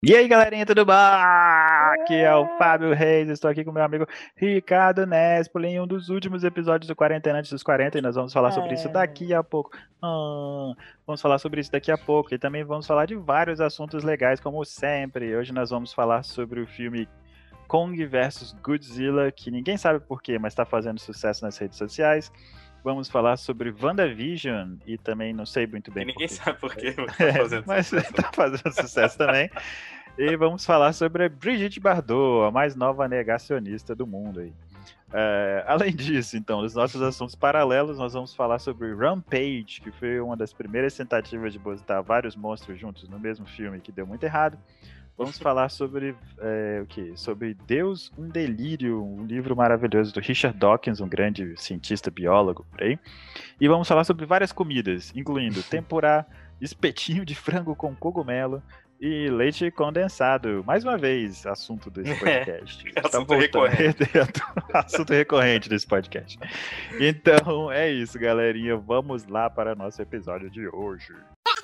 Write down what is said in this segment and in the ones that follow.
E aí, galerinha, tudo bom? Aqui é o Fábio Reis, estou aqui com meu amigo Ricardo Nespoli em um dos últimos episódios do Quarentena Antes dos 40 e nós vamos falar sobre isso daqui a pouco. Vamos falar sobre isso daqui a pouco e também vamos falar de vários assuntos legais, como sempre. Hoje nós vamos falar sobre o filme Kong versus Godzilla, que ninguém sabe por quê, mas está fazendo sucesso nas redes sociais. Vamos falar sobre WandaVision e também não sei muito bem E ninguém por quê. sabe por que tá fazendo Mas sucesso. está fazendo sucesso também. E vamos falar sobre a Brigitte Bardot, a mais nova negacionista do mundo aí. Além disso, então, nos nossos assuntos paralelos, nós vamos falar sobre Rampage, que foi uma das primeiras tentativas de botar vários monstros juntos no mesmo filme que deu muito errado. Vamos falar sobre o quê? Sobre Deus, um Delírio, um livro maravilhoso do Richard Dawkins, um grande cientista biólogo por aí. E vamos falar sobre várias comidas, incluindo tempurá, espetinho de frango com cogumelo e leite condensado. Mais uma vez, assunto desse podcast. Assunto recorrente. Assunto recorrente desse podcast. Então, é isso, galerinha. Vamos lá para nosso episódio de hoje.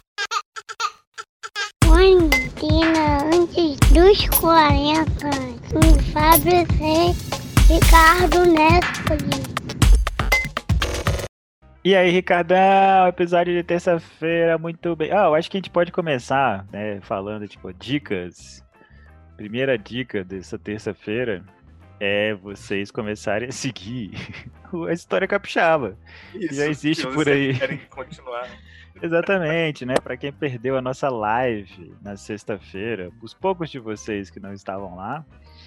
Quarentena antes dos 40. Com Fábio Reis, Ricardo Nespoli. E aí, Ricardão, episódio de terça-feira, muito bem. Eu acho que a gente pode começar, né, falando, tipo, dicas. Primeira dica dessa terça-feira é vocês começarem a seguir a História Capixaba. Isso, Já existe se por vocês aí. querem continuar. Exatamente, né? Para quem perdeu a nossa live na sexta-feira, os poucos de vocês que não estavam lá,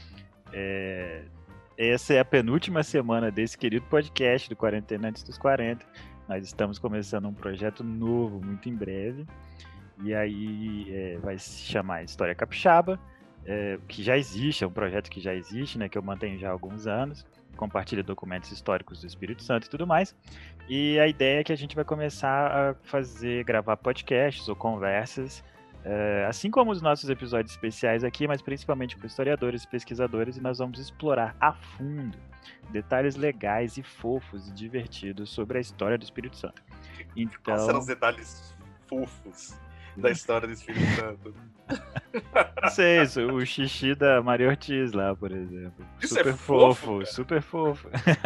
essa é a penúltima semana desse querido podcast do Quarentena Antes dos 40. Nós estamos começando um projeto novo muito em breve. E aí vai se chamar História Capixaba, que já existe, é um projeto que já existe, né? Que eu mantenho já há alguns anos. Compartilha documentos históricos do Espírito Santo e tudo mais. E a ideia é que a gente vai começar a gravar podcasts ou conversas, assim como os nossos episódios especiais aqui, mas principalmente com historiadores e pesquisadores, e nós vamos explorar a fundo detalhes legais e fofos e divertidos sobre a história do Espírito Santo. Quais serão os Então, detalhes fofos da história do Espírito Santo? não sei, o xixi da Maria Ortiz lá, por exemplo. Isso Super é fofo, cara? super fofo.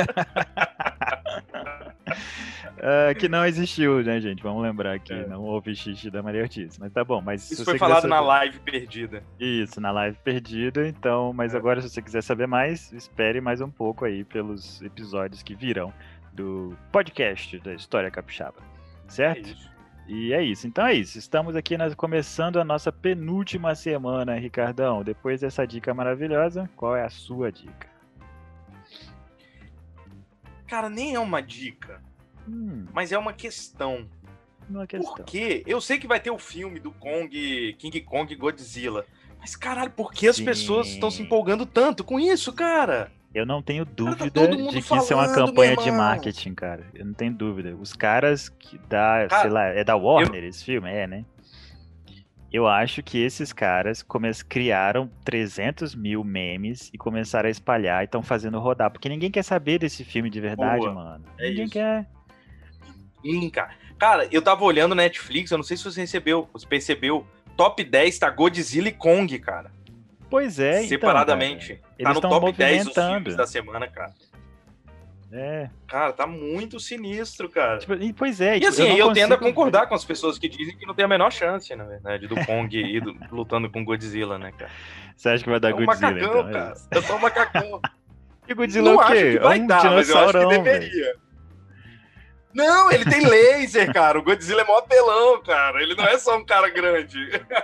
Que não existiu, né, gente? Vamos lembrar que não houve xixi da Maria Ortiz. Mas tá bom, mas Isso se foi você falado quiser na saber... live perdida. Isso, na live perdida, então, mas agora se você quiser saber mais, espere mais um pouco aí pelos episódios que virão do podcast da História Capixaba, certo? É isso. E é isso, então é isso. Estamos aqui começando a nossa penúltima semana, Ricardão. Depois dessa dica maravilhosa, qual é a sua dica? Cara, nem é uma dica, mas é uma questão. Uma questão. Porque eu sei que vai ter o filme do King Kong e Godzilla. Mas caralho, por que as pessoas estão se empolgando tanto com isso, cara? Eu não tenho dúvida todo mundo de que isso é uma falando, campanha meu de irmão. marketing, cara. Eu não tenho dúvida. Os caras que dá, Cara, sei lá, é da Warner esse filme? É, né? Eu acho que esses caras criaram 300 mil memes e começaram a espalhar e estão fazendo rodar. Porque ninguém quer saber desse filme de verdade, Boa. mano. É Ninguém isso. quer. Cara, eu tava olhando Netflix, eu não sei se você percebeu, top 10 tá Godzilla e Kong, cara. Pois é, separadamente. Então, cara, tá no top 10 dos movimentando. filmes da semana, cara. É. Cara, tá muito sinistro, cara. Tipo, pois é. E assim, eu tendo a consigo concordar ver. com as pessoas que dizem que não tem a menor chance, na verdade, do Kong ir lutando com Godzilla, né, cara? Você acha que vai dar É um Godzilla, macacão, então? cara. Eu sou um macacão. E Godzilla Não é o acho quê? que vai É um dar, mas eu acho que dinossaurão, velho. deveria. Não, ele tem laser, cara. O Godzilla é mó apelão, cara. Ele não é só um cara grande.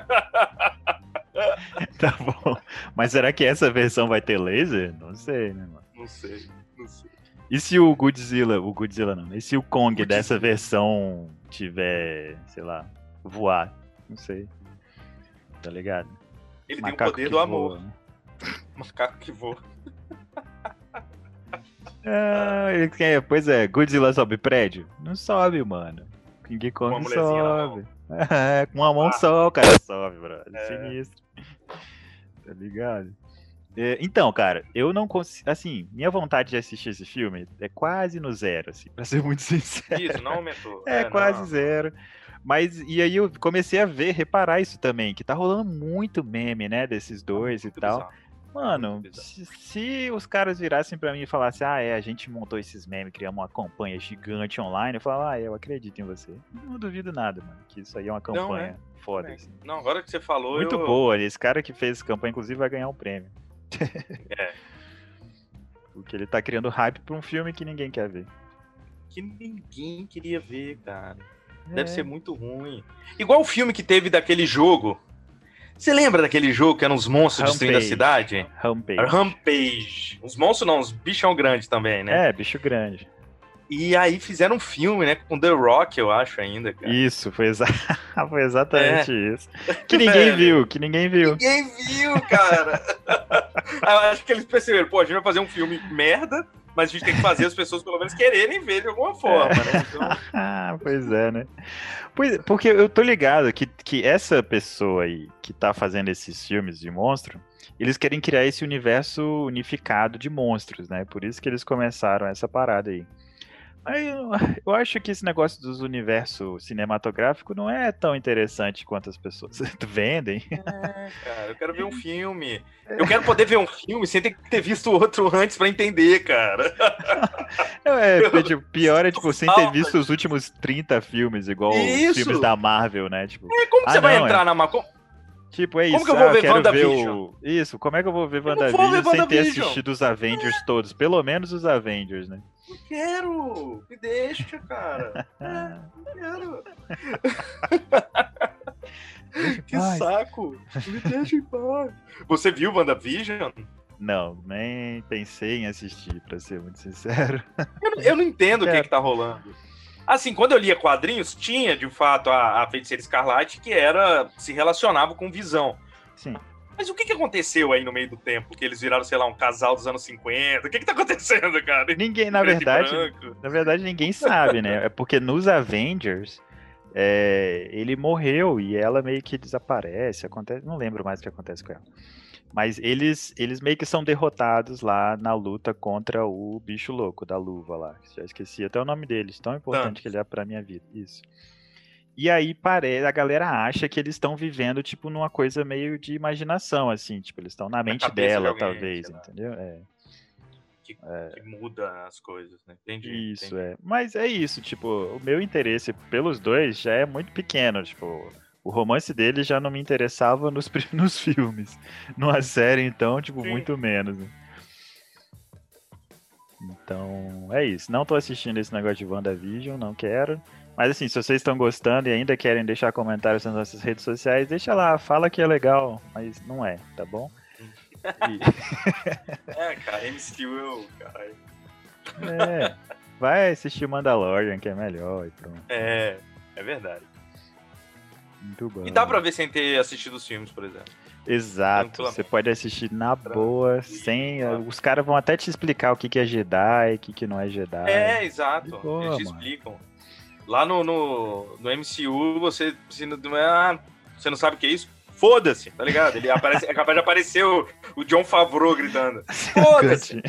Tá bom. Mas será que essa versão vai ter laser? Não sei, né, mano? Não sei. E se o Godzilla não, e se o Kong Godzilla dessa versão tiver, sei lá, voar? Não sei. Tá ligado? Ele Macaco tem o poder que do amor. voa, né? Macaco que voa. Pois é, Godzilla sobe prédio? Não sobe, mano. King Kong Uma mulherzinha na sobe. Com uma mão só o cara sobe, brother. Sinistro. Tá ligado? Então, cara, eu não consigo. Assim, minha vontade de assistir esse filme é quase no zero, assim, pra ser muito sincero. Isso, não aumentou. Quase não. zero. Mas, e aí eu comecei a reparar isso também, que tá rolando muito meme, né, desses dois e tal. Bizarro. Mano, se os caras virassem pra mim e falassem, a gente montou esses memes, criamos uma campanha gigante online, eu falava, eu acredito em você. Não duvido nada, mano, que isso aí é uma campanha foda. Assim. Não, agora que você falou, muito boa, esse cara que fez essa campanha, inclusive, vai ganhar um prêmio. Porque ele tá criando hype pra um filme que ninguém quer ver. Que ninguém queria ver, cara. Deve ser muito ruim. Igual o filme que teve daquele jogo. Você lembra daquele jogo que eram uns monstros destruindo a cidade? Rampage. Uns monstros não, uns bichão grandes também, né? Bicho grande. E aí fizeram um filme, né? Com The Rock, eu acho ainda, cara. Isso, foi exatamente isso. Que ninguém viu. Ninguém viu, cara. Eu acho que eles perceberam, a gente vai fazer um filme merda, mas a gente tem que fazer as pessoas pelo menos quererem ver de alguma forma, né? Então... Pois é, né? Porque eu tô ligado que essa pessoa aí que tá fazendo esses filmes de monstro, eles querem criar esse universo unificado de monstros, né? Por isso que eles começaram essa parada aí. Mas eu acho que esse negócio dos universos cinematográficos não é tão interessante quanto as pessoas vendem. Cara, eu quero ver um filme. Eu quero poder ver um filme sem ter que ter visto outro antes pra entender, cara. Pior é, sem ter visto os últimos 30 filmes, igual os filmes da Marvel, né? Como que você vai entrar na Marvel? É isso. Como que eu vou ver WandaVision? Isso, como é que eu vou ver WandaVision sem ter assistido os Avengers todos? Pelo menos os Avengers, né? Eu quero! Me deixa, cara! Eu quero! Que saco! Me deixa em paz! Você viu WandaVision? Não, nem pensei em assistir, pra ser muito sincero. Eu não entendo o que tá rolando. Assim, quando eu lia quadrinhos, tinha, de fato, a Feiticeira Escarlate, que se relacionava com Visão. Sim. Mas o que aconteceu aí no meio do tempo? Que eles viraram, sei lá, um casal dos anos 50? O que tá acontecendo, cara? Ninguém, na verdade, ninguém sabe, né? É porque nos Avengers, ele morreu e ela meio que desaparece. Não lembro mais o que acontece com ela. Mas eles meio que são derrotados lá na luta contra o bicho louco da luva lá. Já esqueci até o nome deles, tão importante que ele é pra minha vida. Isso. E aí a galera acha que eles estão vivendo, numa coisa meio de imaginação, assim. Eles estão na mente dela, talvez, entendeu? Que muda as coisas, né? Entendi. Isso, Mas é isso, o meu interesse pelos dois já é muito pequeno, o romance dele já não me interessava nos filmes. Numa série, então, muito menos. Né? Então, é isso. Não tô assistindo esse negócio de WandaVision, não quero. Mas assim, se vocês estão gostando e ainda querem deixar comentários nas nossas redes sociais, deixa lá, fala que é legal, mas não é, tá bom? Cara, MCU, caralho. Vai assistir Mandalorian, que é melhor e pronto. É verdade. Muito bom. E dá pra ver sem ter assistido os filmes, por exemplo. Exato, você pode assistir na boa, sem... Os caras vão até te explicar o que é Jedi, o que não é Jedi. Exato, boa, eles te explicam. Lá no MCU, você não sabe o que é isso? Foda-se, tá ligado? Ele é capaz de aparecer o Jon Favreau gritando. Foda-se!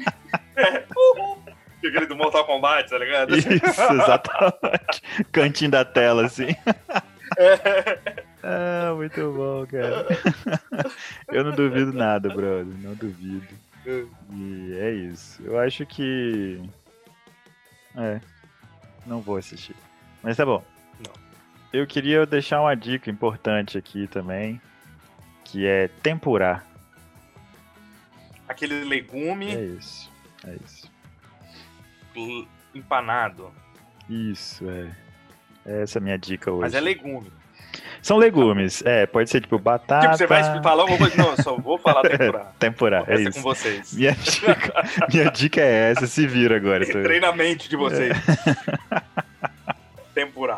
Aquele do Mortal Kombat, tá ligado? Isso, exatamente. Cantinho da tela, assim. Muito bom, cara. Eu não duvido nada, brother. Não duvido. E é isso. Eu acho que... não vou assistir. Mas tá bom. Não. Eu queria deixar uma dica importante aqui também, que é tempurá. Aquele legume... É isso. Empanado. Isso, Essa é a minha dica hoje. Mas é legume. São legumes, pode ser batata... você vai falar alguma coisa? Não, eu só vou falar tempurá. Tempurá, é isso. Com vocês. Minha dica é essa, se vira agora. Treina a mente de vocês. Tempurá.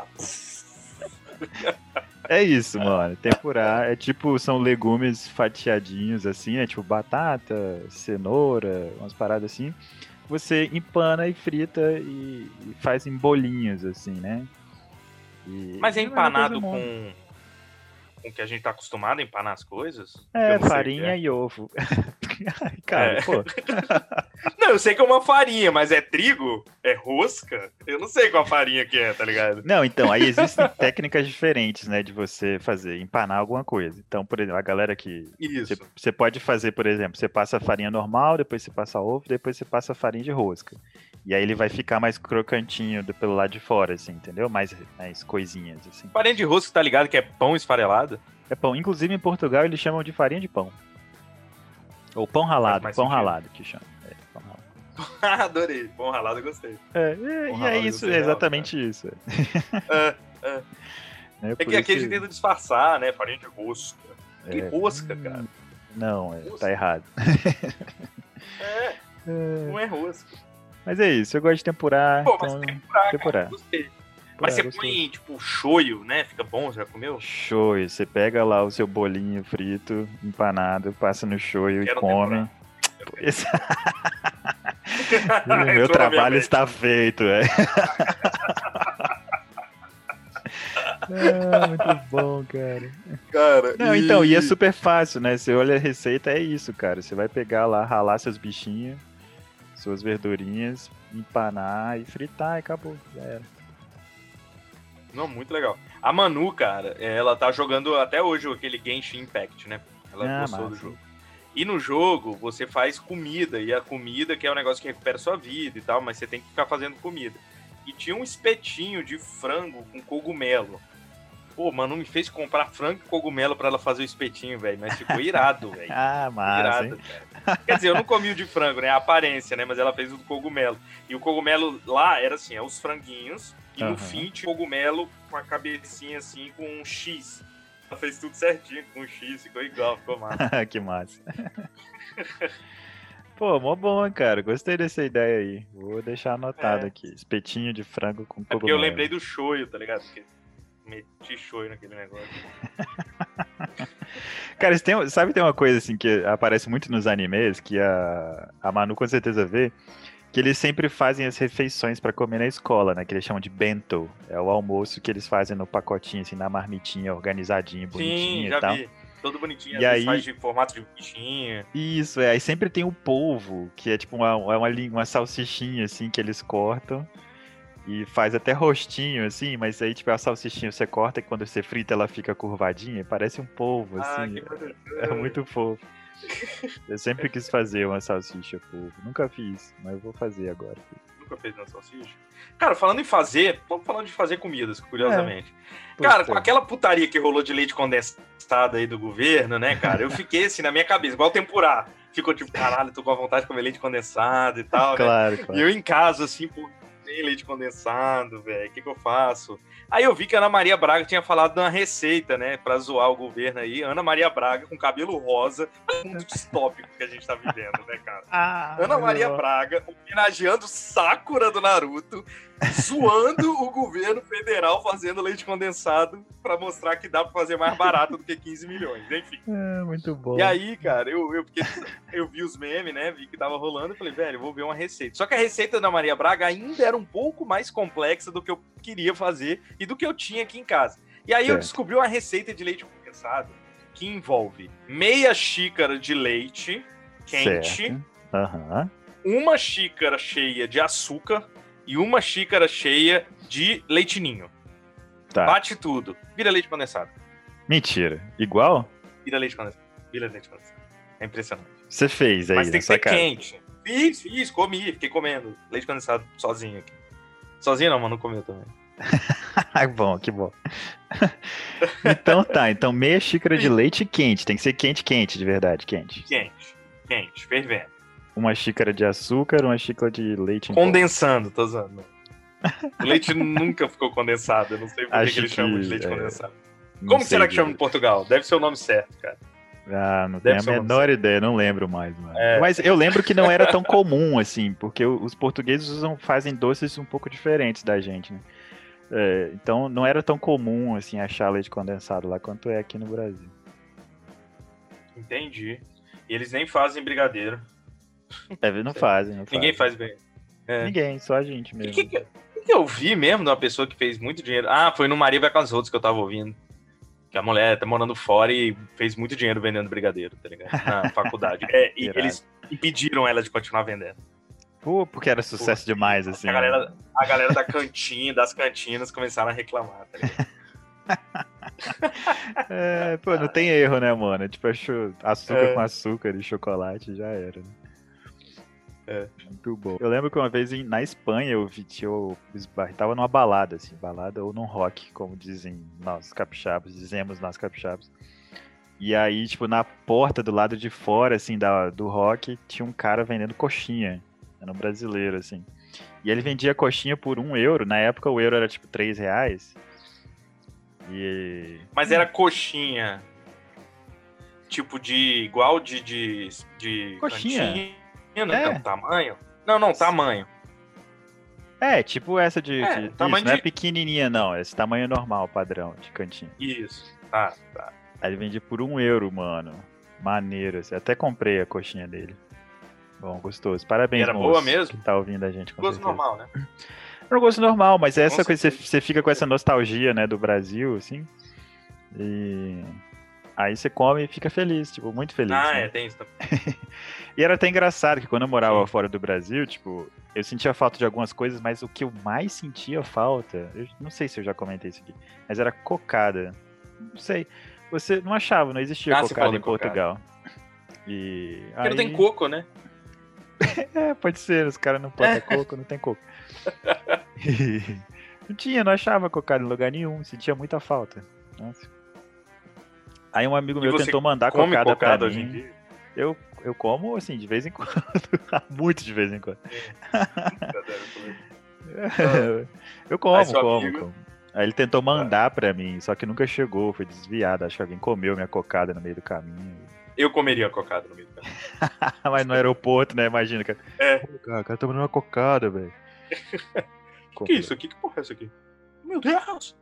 É isso, mano. Tempurá são legumes fatiadinhos, assim, né? Batata, cenoura, umas paradas assim. Você empana e frita e faz em bolinhos, assim, né? Mas é empanado com o que a gente tá acostumado a empanar as coisas? Farinha e ovo. Ai, cara, pô. Não, eu sei que é uma farinha, mas é trigo? É rosca? Eu não sei qual farinha que é, tá ligado? Não, então, aí existem técnicas diferentes, né, de você fazer, empanar alguma coisa. Então, por exemplo, a galera que... Isso. Você pode fazer, por exemplo, você passa a farinha normal, depois você passa ovo, depois você passa a farinha de rosca. E aí ele vai ficar mais crocantinho pelo lado de fora, assim, entendeu? Mais coisinhas, assim. Farinha de rosca, tá ligado que é pão esfarelado? É pão. Inclusive, em Portugal, eles chamam de farinha de pão. Ou pão ralado, pão ralado que chama. Pão ralado. Adorei, pão ralado eu gostei. E é isso, é exatamente isso. É que aqui a gente tenta disfarçar, né? Farinha de rosca. Que rosca, cara? Não, tá errado. Não é rosca. Mas é isso, eu gosto de tempurar. Pô, mas tempurar. Cara, gostei. Mas você gostoso. põe, tipo, shoyu, né? Fica bom, você já comeu? Shoyu, você pega lá o seu bolinho frito, empanado, passa no shoyu e come. O meu trabalho está feito, muito bom, cara. Não, então, e é super fácil, né? Você olha a receita, é isso, cara. Você vai pegar lá, ralar seus bichinhos, suas verdurinhas, empanar e fritar e acabou, já era. Não, muito legal. A Manu, cara, ela tá jogando até hoje aquele Genshin Impact, né? Ela gostou do jogo. E no jogo, você faz comida, e a comida que é um negócio que recupera sua vida e tal, mas você tem que ficar fazendo comida. E tinha um espetinho de frango com cogumelo. Pô, Manu me fez comprar frango e cogumelo pra ela fazer o espetinho, velho, mas ficou irado, velho. Massa, irado, cara. Quer dizer, eu não comi o de frango, né? A aparência, né? Mas ela fez o do cogumelo. E o cogumelo lá era assim, os franguinhos, e no fim tinha o cogumelo com a cabecinha assim, com um X. Ela fez tudo certinho com um X, ficou igual, ficou massa. Que massa. Pô, mó bom, cara. Gostei dessa ideia aí. Vou deixar anotado aqui. Espetinho de frango com cogumelo. É porque eu lembrei do shoyu, tá ligado? Porque meti shoyu naquele negócio. Cara, tem uma coisa assim que aparece muito nos animes, que a Manu com certeza vê, que eles sempre fazem as refeições pra comer na escola, né? Que eles chamam de bento. É o almoço que eles fazem no pacotinho, assim, na marmitinha, organizadinho, bonitinho e tal. Sim, já vi. Todo bonitinho, e às aí faz de formato de bichinha. Isso, aí sempre tem o polvo, que é tipo uma salsichinha, assim, que eles cortam. E faz até rostinho, assim, mas aí, tipo, a salsichinha você corta e quando você frita ela fica curvadinha, parece um polvo, assim. É muito fofo. Eu sempre quis fazer uma salsicha polvo. Nunca fiz, mas eu vou fazer agora. Nunca fez uma salsicha? Cara, falando em fazer, vamos falando de fazer comidas, curiosamente. Cara, com aquela putaria que rolou de leite condensado aí do governo, né, cara, eu fiquei assim na minha cabeça, igual tempurar. Ficou tipo, caralho, tô com a vontade de comer leite condensado e tal, claro, né? Claro. E eu em casa, assim, pô, tem leite condensado, velho, o que eu faço? Aí eu vi que a Ana Maria Braga tinha falado de uma receita, né, pra zoar o governo aí. Ana Maria Braga com cabelo rosa, muito distópico que a gente tá vivendo, né, cara? Ana Maria Braga homenageando Sakura do Naruto, zoando o governo federal fazendo leite condensado pra mostrar que dá pra fazer mais barato do que 15 milhões, enfim. Muito bom. E aí, cara, eu vi os memes, né, vi que tava rolando e falei, velho, eu vou ver uma receita. Só que a receita da Ana Maria Braga ainda era um pouco mais complexa do que eu queria fazer e do que eu tinha aqui em casa. E aí eu descobri uma receita de leite condensado que envolve meia xícara de leite quente, uma xícara cheia de açúcar e uma xícara cheia de leite ninho. Bate tudo. Vira leite condensado. Mentira. Igual? Vira leite condensado. É impressionante. Você fez aí, mas tem que ser quente. Fiz, comi, fiquei comendo leite condensado sozinho aqui. Sozinho não, mas não comeu também. Bom, que bom. Então meia xícara de leite quente, tem que ser quente de verdade, quente, fervendo. Uma xícara de açúcar, uma xícara de leite condensando, tô usando. O leite nunca ficou condensado, eu não sei por que eles chamam de leite condensado. Como será que chama em Portugal? Deve ser o nome certo, cara. Não tenho a menor ideia, não lembro mais, mano. Mas eu lembro que não era tão comum, assim, porque os portugueses fazem doces um pouco diferentes da gente, né? Então não era tão comum, assim, achar leite condensado lá quanto é aqui no Brasil. Entendi. E eles nem fazem brigadeiro. Não fazem. Ninguém faz bem. Ninguém, só a gente mesmo. O que eu vi mesmo de uma pessoa que fez muito dinheiro? Foi no Maria Vai com as Outras que eu tava ouvindo. Que a mulher tá morando fora e fez muito dinheiro vendendo brigadeiro, tá ligado? Na faculdade. E eles impediram ela de continuar vendendo. Pô, porque era sucesso demais, assim. A galera das cantinas começaram a reclamar, tá ligado? Pô, não tem erro, né, mano? Tipo, açúcar com açúcar e chocolate já era, né? Muito bom. Eu lembro que uma vez na Espanha eu tava numa balada, assim, balada ou num rock, como dizemos nós capixabas. E aí, tipo, na porta do lado de fora, assim, do rock, tinha um cara vendendo coxinha. Era um brasileiro, assim. E ele vendia coxinha por €1. Na época o euro era tipo R$3. Mas era coxinha. Tipo igual de coxinha. Cantina, tamanho? Não, tamanho. Tipo essa tamanho não é pequenininha, não. É esse tamanho normal, padrão, de cantinho. Isso, tá. Aí ele vendia por €1, mano. Maneiro, assim. Até comprei a coxinha dele. Bom, gostoso. Parabéns, era moço, boa mesmo? que tá ouvindo a gente. Gosto normal, né? Era um gosto normal, mas essa coisa, você fica com essa nostalgia, né, do Brasil, assim. E aí você come e fica feliz, tipo, muito feliz. Né? Tem isso também. E era até engraçado que quando eu morava fora do Brasil, tipo, eu sentia falta de algumas coisas, mas o que eu mais sentia falta, eu não sei se eu já comentei isso aqui, mas era cocada. Não sei. Você não achava, não existia cocada em Portugal. Porque não tem coco, né? Pode ser, os caras não plantam coco, não tem coco. Não achava cocada em lugar nenhum, sentia muita falta. Nossa. Aí um amigo meu tentou mandar cocada pra mim. Hoje em dia? Eu como, assim, de vez em quando. Muito de vez em quando. Eu como. Aí ele tentou mandar pra mim, só que nunca chegou, foi desviado. Acho que alguém comeu minha cocada no meio do caminho. Eu comeria a cocada no meio do caminho. Mas no aeroporto, né? Imagina, cara. O cara tomando uma cocada, velho. Que isso aqui? Que porra é isso aqui? Meu Deus!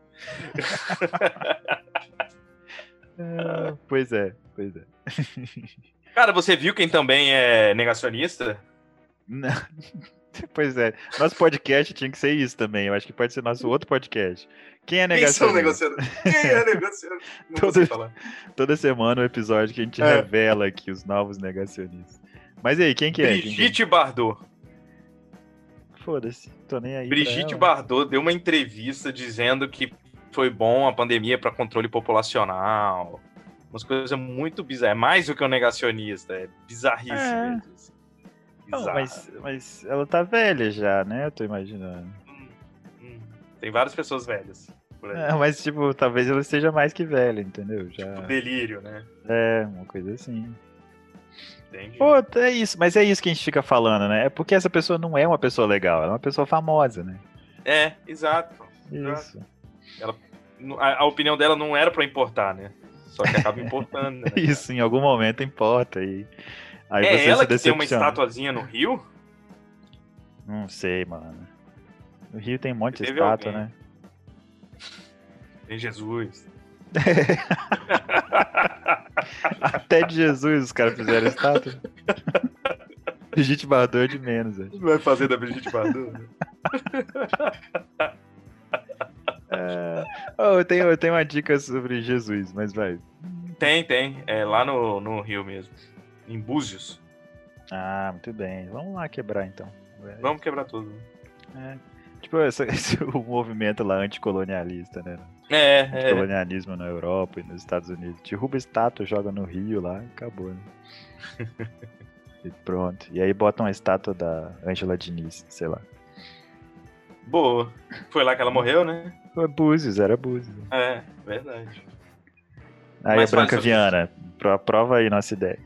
Pois é. Cara, você viu quem também é negacionista? Não. Pois é. Nosso podcast tinha que ser isso também. Eu acho que pode ser nosso outro podcast. Quem é negacionista? Quem é negacionista? Toda semana um episódio que a gente revela aqui os novos negacionistas. Mas e aí, quem que é? Brigitte Bardot. Foda-se, tô nem aí. Brigitte Bardot deu uma entrevista dizendo que foi bom a pandemia para controle populacional. Umas coisas muito bizarras. É mais do que um negacionista. É bizarríssimo mesmo. Não, mas ela tá velha já, né? Eu tô imaginando. Tem várias pessoas velhas por aí. Mas, tipo, talvez ela seja mais que velha, entendeu? Tipo delírio, né? Uma coisa assim. Entendi. Pô, é isso, mas é isso que a gente fica falando, né? É porque essa pessoa não é uma pessoa legal, ela é uma pessoa famosa, né? Exato. Isso. A opinião dela não era pra importar, né? Só que acaba importando, né? Isso, em algum momento importa. Aí você ela se que tem uma estatuazinha no Rio? Não sei, mano. No Rio tem um monte de estátua, né? Tem Jesus. Até de Jesus os caras fizeram estátua. Brigitte Bardot é de menos, velho. Não vai fazer da Brigitte Bardot? Né? Eu tenho uma dica sobre Jesus, mas vai. Tem. É lá no Rio mesmo. Em Búzios. Ah, muito bem. Vamos lá quebrar, então. Vamos quebrar tudo. Tipo, o movimento lá anticolonialista, né? Anticolonialismo na Europa e nos Estados Unidos. Derruba estátua, joga no Rio lá e acabou, né? E pronto. E aí bota uma estátua da Ângela Diniz, sei lá. Boa. Foi lá que ela morreu, né? Foi Búzios, era Búzios. Verdade. Aí a Branca Viana, prova aí nossa ideia.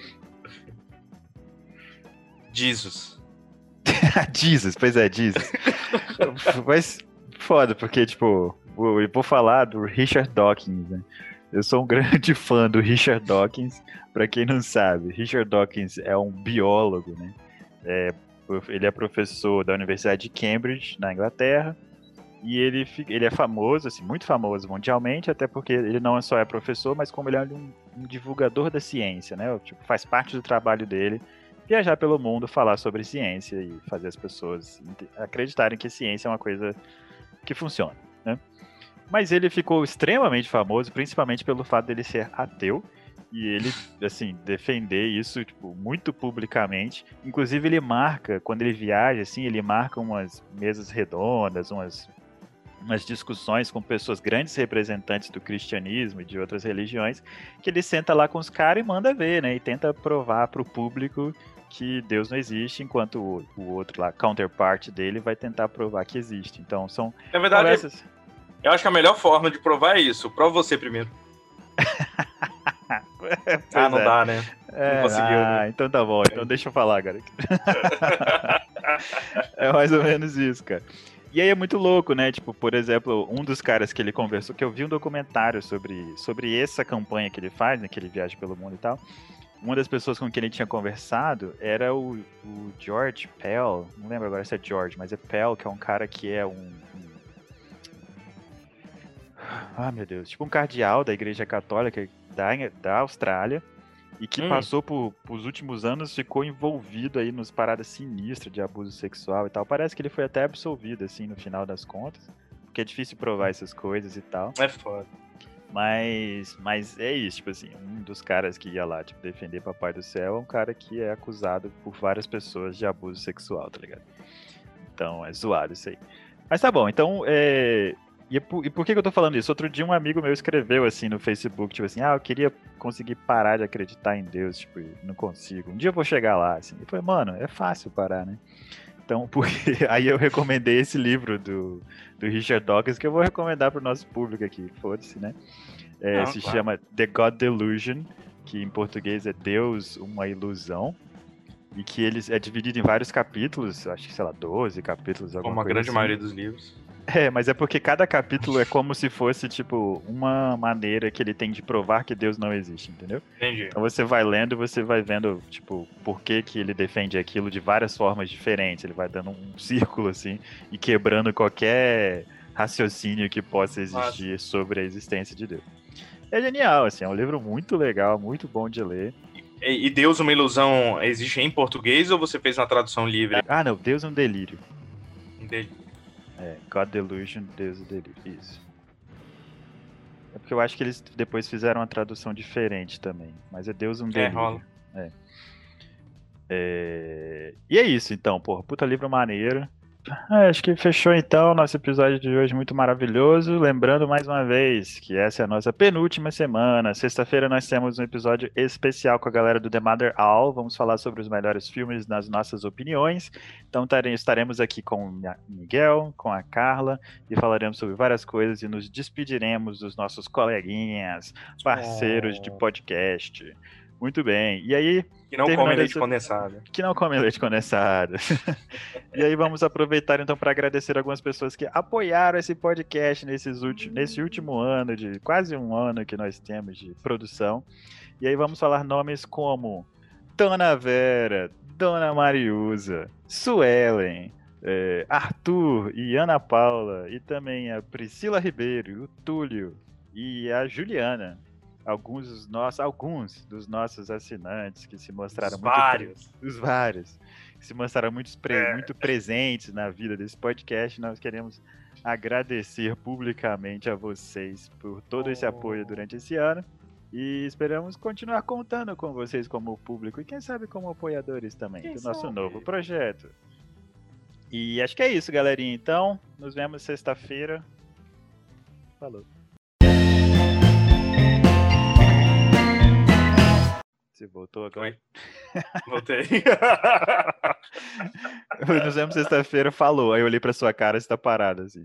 Jesus. Jesus, pois é, Jesus. Mas foda, porque, tipo, eu vou falar do Richard Dawkins, né? Eu sou um grande fã do Richard Dawkins. Pra quem não sabe, Richard Dawkins é um biólogo, né? Ele é professor da Universidade de Cambridge, na Inglaterra. E ele é famoso, assim, muito famoso mundialmente, até porque ele não só é professor, mas como ele é um divulgador da ciência, né? Tipo, faz parte do trabalho dele viajar pelo mundo, falar sobre ciência e fazer as pessoas acreditarem que a ciência é uma coisa que funciona, né? Mas ele ficou extremamente famoso, principalmente pelo fato dele ser ateu E ele, assim, defender isso, tipo, muito publicamente. Inclusive, ele marca, quando ele viaja, assim, ele marca umas mesas redondas, umas discussões com pessoas, grandes representantes do cristianismo e de outras religiões, que ele senta lá com os caras e manda ver, né? E tenta provar pro público que Deus não existe, enquanto o outro lá, counterpart dele, vai tentar provar que existe. Então, são Na verdade, conversas... eu acho que a melhor forma de provar é isso. Prova você primeiro. Não dá, né? Não conseguiu, né? Então tá bom, então deixa eu falar, cara. É mais ou menos isso, cara. E aí é muito louco, né? Tipo, por exemplo, um dos caras que ele conversou, que eu vi um documentário sobre essa campanha que ele faz, né? Que ele viaja pelo mundo e tal. Uma das pessoas com quem ele tinha conversado era o George Pell. Não lembro agora se é George, mas é Pell, que é um cara que é Ah, meu Deus. Tipo um cardeal da Igreja Católica da Austrália e que passou os últimos anos, ficou envolvido aí nos paradas sinistras de abuso sexual e tal. Parece que ele foi até absolvido, assim, no final das contas, porque é difícil provar essas coisas e tal. É foda. Mas é isso, tipo assim, um dos caras que ia lá, tipo, defender Papai do Céu é um cara que é acusado por várias pessoas de abuso sexual, tá ligado? Então, é zoado isso aí. Mas tá bom, então, E por que eu tô falando isso? Outro dia um amigo meu escreveu assim no Facebook, tipo assim, eu queria conseguir parar de acreditar em Deus, tipo, não consigo. Um dia eu vou chegar lá, assim. E foi, mano, é fácil parar, né? Então, porque aí eu recomendei esse livro do Richard Dawkins, que eu vou recomendar pro nosso público aqui, foda-se, né? Chama The God Delusion, que em português é Deus, uma ilusão. E que ele é dividido em vários capítulos, acho que, sei lá, 12 capítulos, alguma coisa. Como a grande assim. maioria dos livros. Mas é porque cada capítulo é como se fosse, tipo, uma maneira que ele tem de provar que Deus não existe, entendeu? Entendi. Então você vai lendo e você vai vendo, tipo, por que ele defende aquilo de várias formas diferentes. Ele vai dando um círculo, assim, e quebrando qualquer raciocínio que possa existir sobre a existência de Deus. É genial, assim, é um livro muito legal, muito bom de ler. E Deus, uma ilusão, existe em português ou você fez uma tradução livre? Ah, não, Deus é um delírio. Um delírio. God Delusion, Deus é delírio, isso. É porque eu acho que eles depois fizeram uma tradução diferente também, mas é Deus um delírio. Rola. E é isso então, porra, puta livro maneiro. Acho que fechou então o nosso episódio de hoje, muito maravilhoso. Lembrando mais uma vez que essa é a nossa penúltima semana. Sexta-feira nós temos um episódio especial com a galera do The Mother Owl. Vamos falar sobre os melhores filmes nas nossas opiniões. Então estaremos aqui com o Miguel, com a Carla e falaremos sobre várias coisas e nos despediremos dos nossos coleguinhas, parceiros de podcast. Muito bem. E aí... Que não come leite condensado. Que não come leite condensado. E aí vamos aproveitar então para agradecer algumas pessoas que apoiaram esse podcast nesse último ano, de quase um ano que nós temos de produção. E aí vamos falar nomes como Dona Vera, Dona Mariusa, Suelen, Arthur e Ana Paula, e também a Priscila Ribeiro, o Túlio e a Juliana. Alguns dos nossos assinantes que se mostraram os vários que se mostraram muito presentes na vida desse podcast. Nós queremos agradecer publicamente a vocês por todo esse apoio durante esse ano e esperamos continuar contando com vocês como público e quem sabe como apoiadores também do nosso novo projeto. E acho que é isso, galerinha. Então, nos vemos sexta-feira. Falou. Você voltou agora? Oi. Voltei. Nos vemos sexta-feira, falou. Aí eu olhei pra sua cara e você tá parado assim.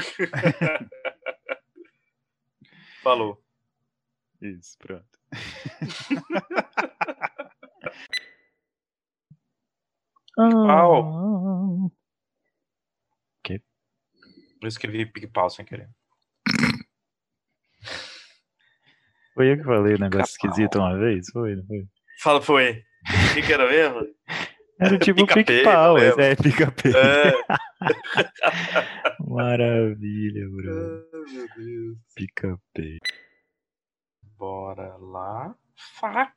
Falou. Isso, pronto. Pique-pau. Que? Eu escrevi pique-pau sem querer. Foi eu que falei um negócio esquisito uma vez? Foi, não foi? Fala, foi. O que era mesmo? Era tipo pique-pau, pica-pé. Maravilha, bro. Meu Deus. Pica-pé. Bora lá. Faca.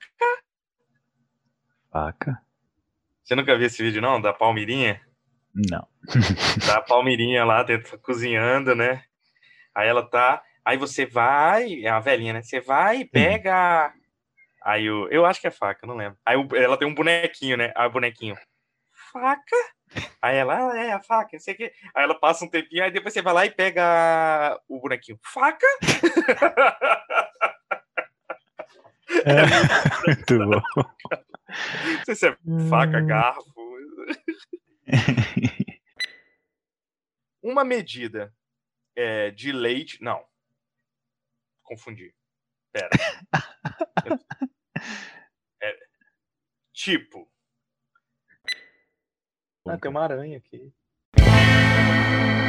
Faca? Você nunca viu esse vídeo, não? Da Palmirinha? Não. Da Palmirinha lá, cozinhando, né? Aí ela tá... Aí você vai... É uma velhinha, né? Você vai e pega Aí eu acho que é faca, não lembro. Aí ela tem um bonequinho, né? Aí o bonequinho, faca? Aí ela, é a faca, não sei o quê. Aí ela passa um tempinho, aí depois você vai lá e pega o bonequinho, faca? Muito bom. Não sei se é faca, garfo. Uma medida de leite... Não. Confundi. Pera. Tipo... tem uma aranha aqui.